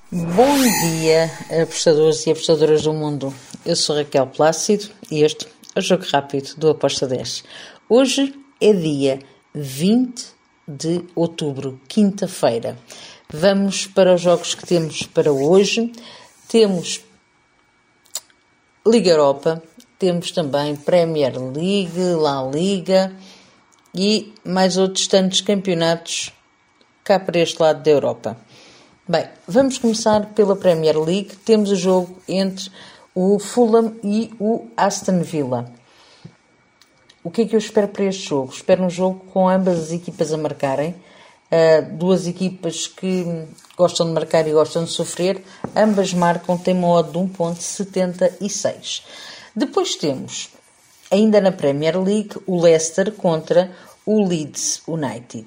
Bom dia, apostadores e apostadoras do mundo. Eu sou Raquel Plácido e este é o Jogo Rápido do Aposta 10. Hoje é dia 20 de outubro, quinta-feira. Vamos para os jogos que temos para hoje. Temos Liga Europa, temos também Premier League, La Liga e mais outros tantos campeonatos cá para este lado da Europa. Bem, vamos começar pela Premier League. Temos o jogo entre o Fulham e o Aston Villa. O que é que eu espero para este jogo? Espero um jogo com ambas as equipas a marcarem. Duas equipas que gostam de marcar e gostam de sofrer. Ambas marcam, tem uma odd de 1.76. Depois temos, ainda na Premier League, o Leicester contra o Leeds United.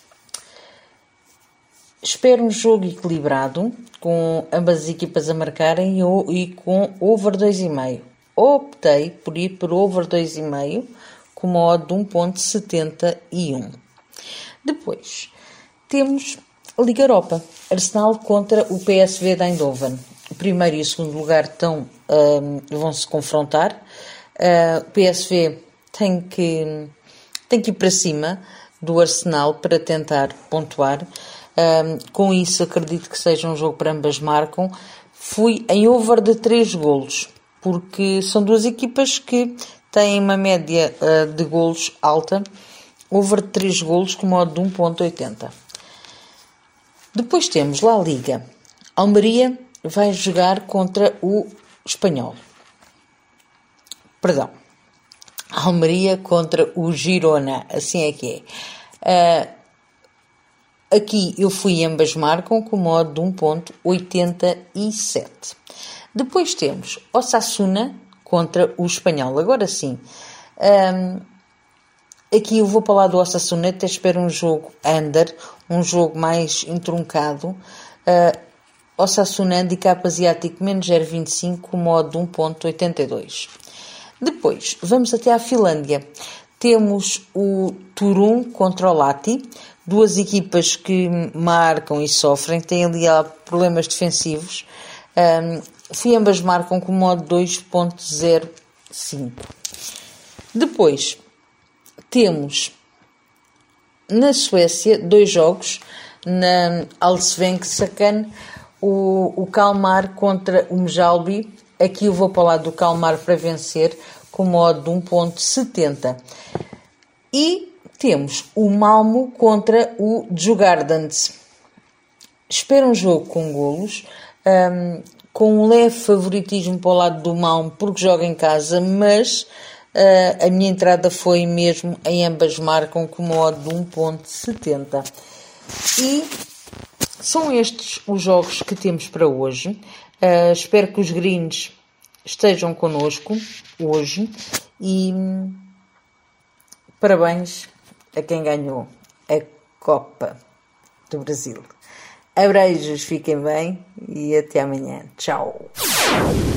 Espero um jogo equilibrado, com ambas as equipas a marcarem e com over 2,5. Optei por ir para over 2,5 com uma odd de 1.71. Depois, temos a Liga Europa. Arsenal contra o PSV de Eindhoven. O primeiro e o segundo lugar vão se confrontar. O PSV tem que ir para cima do Arsenal para tentar pontuar. Com isso acredito que seja um jogo para ambas marcam. Fui em over de 3 golos, porque são duas equipas que têm uma média de golos alta. Over de 3 golos com modo de 1.80. Depois temos La Liga. Almeria vai jogar contra o Espanhol. Perdão. Almeria contra o Girona. Assim é que é. Aqui eu fui ambas marcam com modo de 1.87. Depois temos Osasuna contra o Espanhol. Agora sim. Aqui eu vou para lá do Osasuna. Até espero um jogo under. Um jogo mais entroncado. Osasuna handicap asiático menos 0.25 com modo de 1.82. Depois vamos até à Finlândia. Temos o Turun contra o Lahti. Duas equipas que marcam e sofrem, têm ali problemas defensivos. Ambas marcam com modo 2.05. Depois, temos na Suécia 2 jogos. Na Allsvenskan, o Kalmar contra o Mjällby. Aqui eu vou para o lado do Kalmar para vencer com modo de 1.70. E temos o Malmo contra o Djurgårdens. Espero um jogo com golos, com um leve favoritismo para o lado do Malmo, porque joga em casa, mas a minha entrada foi mesmo em ambas marcam com uma odd de 1.70. E são estes os jogos que temos para hoje. Espero que os greens estejam connosco hoje e parabéns a quem ganhou a Copa do Brasil. Abreijos, fiquem bem e até amanhã. Tchau.